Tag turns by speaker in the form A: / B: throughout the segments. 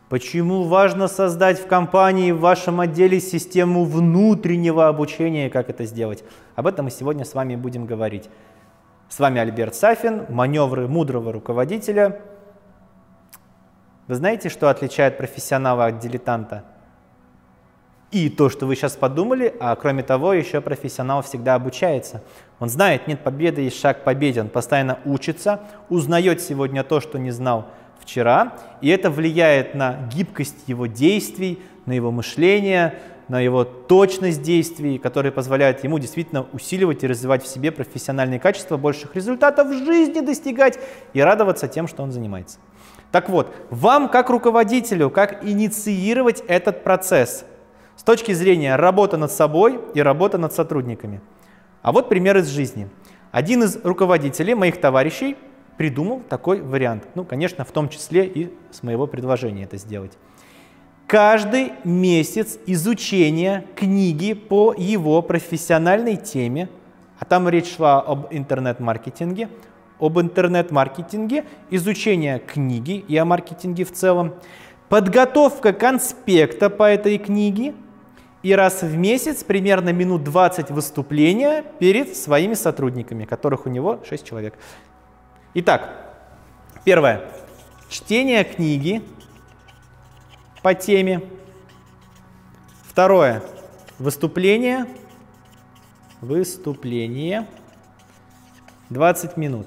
A: Почему важно создать в компании, в вашем отделе систему внутреннего обучения, как это сделать? Об этом мы сегодня с вами будем говорить. С вами Альберт Сафин, маневры мудрого руководителя. Вы знаете, что отличает профессионала от дилетанта? И то, что вы сейчас подумали, а кроме того, еще профессионал всегда обучается. Он знает, нет победы, есть шаг к победе. Он постоянно учится, узнает сегодня то, что не знал вчера, и это влияет на гибкость его действий, на его мышление, на его точность действий, которые позволяют ему действительно усиливать и развивать в себе профессиональные качества, больших результатов в жизни достигать и радоваться тем, что он занимается. Так вот, вам как руководителю, как инициировать этот процесс с точки зрения работы над собой и работы над сотрудниками? А вот пример из жизни. Один из руководителей, моих товарищей, придумал такой вариант. Ну, конечно, в том числе и с моего предложения это сделать. Каждый месяц изучения книги по его профессиональной теме, а там речь шла об интернет-маркетинге, изучение книги и о маркетинге в целом, подготовка конспекта по этой книге и раз в месяц примерно минут 20 выступления перед своими сотрудниками, которых у него 6 человек. Итак, первое. Чтение книги по теме. Второе. Выступление. 20 минут.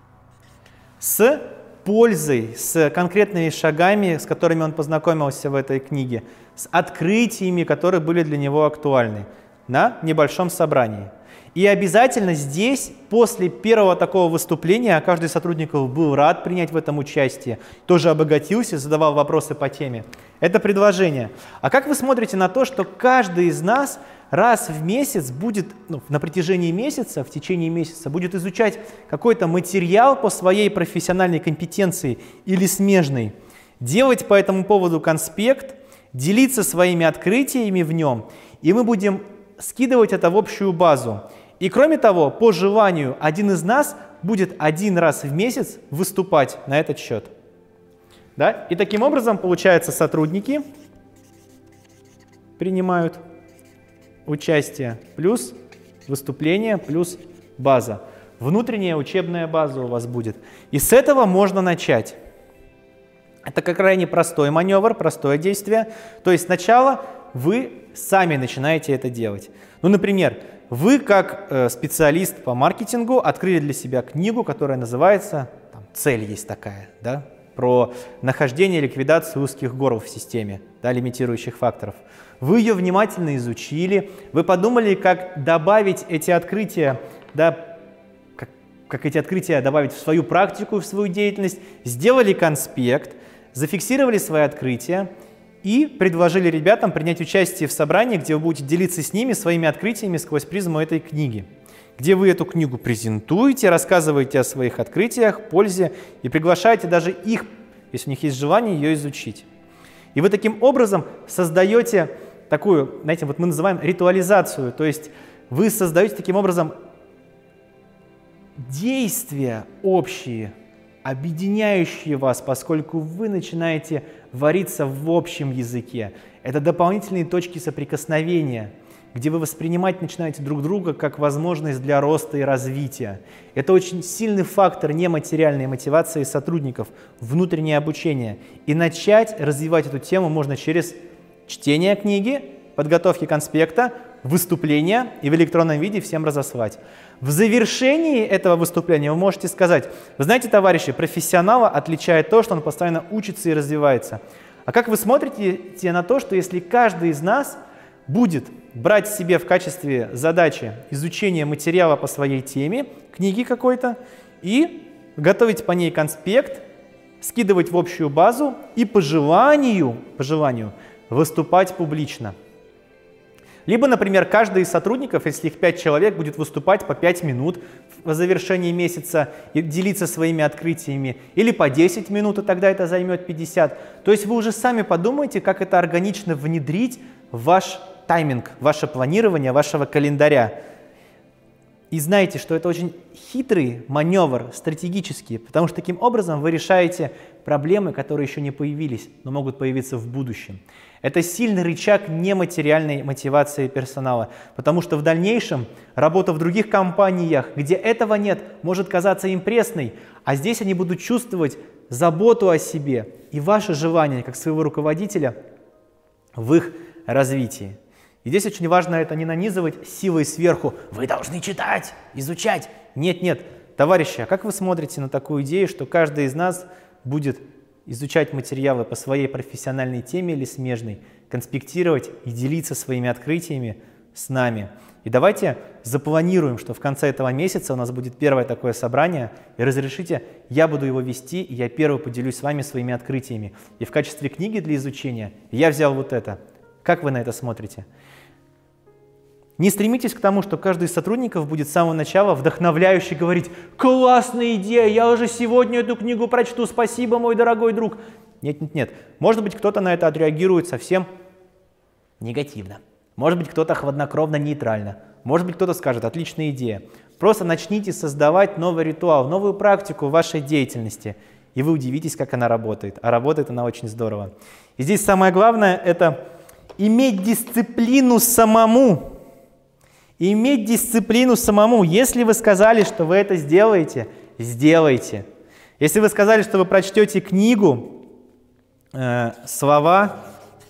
A: С пользой, с конкретными шагами, с которыми он познакомился в этой книге, с открытиями, которые были для него актуальны на небольшом собрании. И обязательно здесь, после первого такого выступления, а каждый из сотрудников был рад принять в этом участие, тоже обогатился, задавал вопросы по теме. Это предложение. А как вы смотрите на то, что каждый из нас раз в месяц будет, на протяжении месяца, в течение месяца, будет изучать какой-то материал по своей профессиональной компетенции или смежной, делать по этому поводу конспект, делиться своими открытиями в нем, и мы будем скидывать это в общую базу. И кроме того, по желанию, один из нас будет один раз в месяц выступать на этот счет. Да? И таким образом, получается, сотрудники принимают участие плюс выступление плюс база. Внутренняя учебная база у вас будет. И с этого можно начать. Это как крайне простой маневр, простое действие. То есть сначала вы сами начинаете это делать. Ну, например, вы как специалист по маркетингу открыли для себя книгу, которая называется, там, цель есть такая, да, про нахождение и ликвидацию узких горл в системе, да, лимитирующих факторов. Вы ее внимательно изучили, вы подумали, как добавить эти открытия, да, как эти открытия добавить в свою практику, в свою деятельность, сделали конспект, зафиксировали свои открытия и предложили ребятам принять участие в собрании, где вы будете делиться с ними своими открытиями сквозь призму этой книги, где вы эту книгу презентуете, рассказываете о своих открытиях, пользе и приглашаете даже их, если у них есть желание, ее изучить. И вы таким образом создаете такую, знаете, вот мы называем ритуализацию, то есть вы создаете таким образом действия общие, объединяющие вас, поскольку вы начинаете вариться в общем языке. Это дополнительные точки соприкосновения, где вы воспринимать начинаете друг друга как возможность для роста и развития. Это очень сильный фактор нематериальной мотивации сотрудников, внутреннее обучение. И начать развивать эту тему можно через чтение книги, подготовки конспекта, выступления и в электронном виде всем разослать. В завершении этого выступления вы можете сказать: вы знаете, товарищи, профессионала отличает то, что он постоянно учится и развивается. А как вы смотрите на то, что если каждый из нас будет брать себе в качестве задачи изучение материала по своей теме, книги какой-то, и готовить по ней конспект, скидывать в общую базу и по желанию выступать публично. Либо, например, каждый из сотрудников, если их 5 человек, будет выступать по 5 минут в завершении месяца и делиться своими открытиями, или по 10 минут, и тогда это займет 50. То есть вы уже сами подумайте, как это органично внедрить в ваш тайминг, ваше планирование, вашего календаря. И знайте, что это очень хитрый маневр, стратегический, потому что таким образом вы решаете проблемы, которые еще не появились, но могут появиться в будущем. Это сильный рычаг нематериальной мотивации персонала, потому что в дальнейшем работа в других компаниях, где этого нет, может казаться им пресной, а здесь они будут чувствовать заботу о себе и ваше желание, как своего руководителя, в их развитии. И здесь очень важно это не нанизывать силой сверху. Вы должны читать, изучать. Нет, нет. Товарищи, а как вы смотрите на такую идею, что каждый из нас будет изучать материалы по своей профессиональной теме или смежной, конспектировать и делиться своими открытиями с нами? И давайте запланируем, что в конце этого месяца у нас будет первое такое собрание, и разрешите, я буду его вести, и я первый поделюсь с вами своими открытиями. И в качестве книги для изучения я взял вот это. Как вы на это смотрите? Не стремитесь к тому, что каждый из сотрудников будет с самого начала вдохновляюще говорить: «Классная идея, я уже сегодня эту книгу прочту, спасибо, мой дорогой друг». Нет, нет, нет. Может быть, кто-то на это отреагирует совсем негативно. Может быть, кто-то хладнокровно нейтрально. Может быть, кто-то скажет: «Отличная идея». Просто начните создавать новый ритуал, новую практику в вашей деятельности, и вы удивитесь, как она работает. А работает она очень здорово. И здесь самое главное – это иметь дисциплину самому. Иметь дисциплину самому. Если вы сказали, что вы это сделаете, сделайте. Если вы сказали, что вы прочтете книгу, слова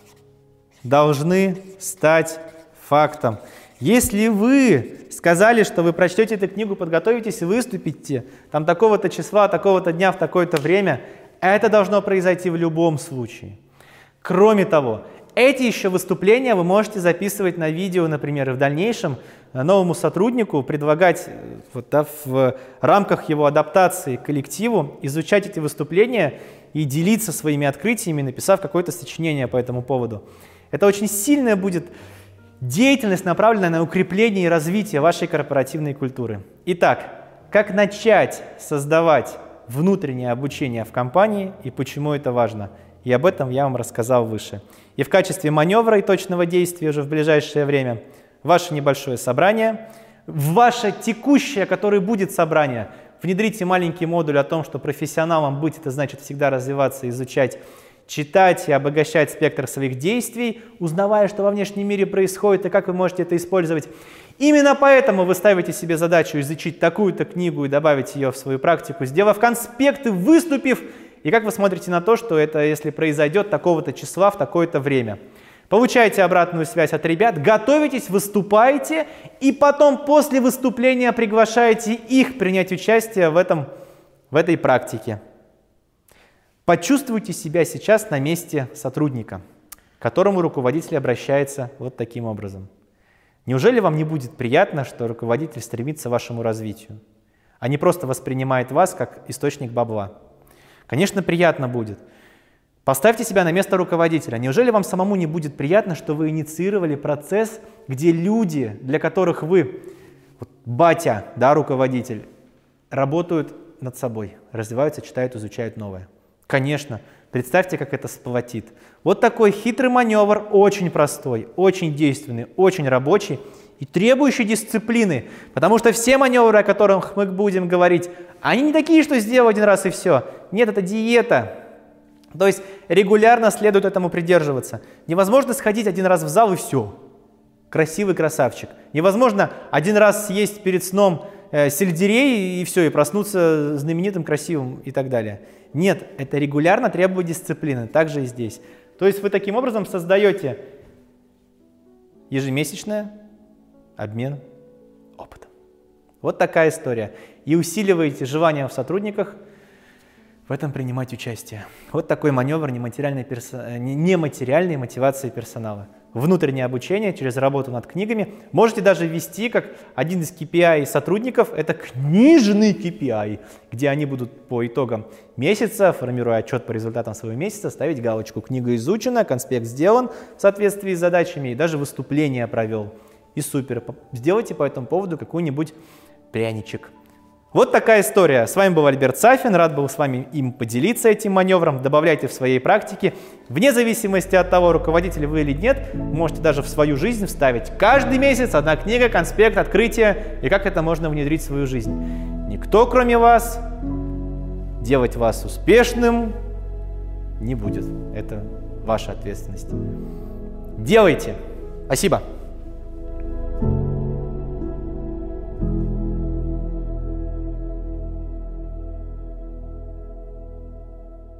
A: должны стать фактом. Если вы сказали, что вы прочтете эту книгу, подготовитесь и выступите там такого-то числа, такого-то дня, в такое-то время, это должно произойти в любом случае. Кроме того, эти еще выступления вы можете записывать на видео, например, и в дальнейшем новому сотруднику предлагать в рамках его адаптации к коллективу изучать эти выступления и делиться своими открытиями, написав какое-то сочинение по этому поводу. Это очень сильная будет деятельность, направленная на укрепление и развитие вашей корпоративной культуры. Итак, как начать создавать внутреннее обучение в компании и почему это важно? И об этом я вам рассказал выше. И в качестве маневра и точного действия уже в ближайшее время ваше небольшое собрание, в ваше текущее, которое будет собрание, внедрите маленький модуль о том, что профессионалом быть — это значит всегда развиваться, изучать, читать и обогащать спектр своих действий, узнавая, что во внешнем мире происходит и как вы можете это использовать. Именно поэтому вы ставите себе задачу изучить такую-то книгу и добавить ее в свою практику, сделав конспекты, выступив. И как вы смотрите на то, что это, если произойдет такого-то числа в такое-то время? Получаете обратную связь от ребят, готовитесь, выступаете, и потом после выступления приглашаете их принять участие в этой практике. Почувствуйте себя сейчас на месте сотрудника, к которому руководитель обращается вот таким образом. Неужели вам не будет приятно, что руководитель стремится к вашему развитию, а не просто воспринимает вас как источник бабла? Конечно, приятно будет. Поставьте себя на место руководителя. Неужели вам самому не будет приятно, что вы инициировали процесс, где люди, для которых вы, батя, да, руководитель, работают над собой, развиваются, читают, изучают новое? Конечно. Представьте, как это сплотит. Вот такой хитрый маневр, очень простой, очень действенный, очень рабочий и требующий дисциплины. Потому что все маневры, о которых мы будем говорить, они не такие, что сделал один раз и все. Нет, это диета. То есть регулярно следует этому придерживаться. Невозможно сходить один раз в зал и все. Красивый красавчик. Невозможно один раз съесть перед сном сельдерей и все, и проснуться знаменитым, красивым и так далее. Нет, это регулярно требует дисциплины. Так же и здесь. То есть вы таким образом создаете ежемесячный обмен опытом. Вот такая история. И усиливаете желание в сотрудниках в этом принимать участие. Вот такой маневр нематериальной мотивации персонала. Внутреннее обучение через работу над книгами. Можете даже ввести как один из KPI сотрудников, это книжный KPI, где они будут по итогам месяца, формируя отчет по результатам своего месяца, ставить галочку: книга изучена, конспект сделан в соответствии с задачами и даже выступление провел. И супер. Сделайте по этому поводу какой-нибудь пряничек. Вот такая история. С вами был Альберт Сафин. Рад был с вами им поделиться этим маневром. Добавляйте в своей практике. Вне зависимости от того, руководитель вы или нет, можете даже в свою жизнь вставить каждый месяц одна книга, конспект, открытие и как это можно внедрить в свою жизнь. Никто, кроме вас, делать вас успешным не будет. Это ваша ответственность. Делайте. Спасибо.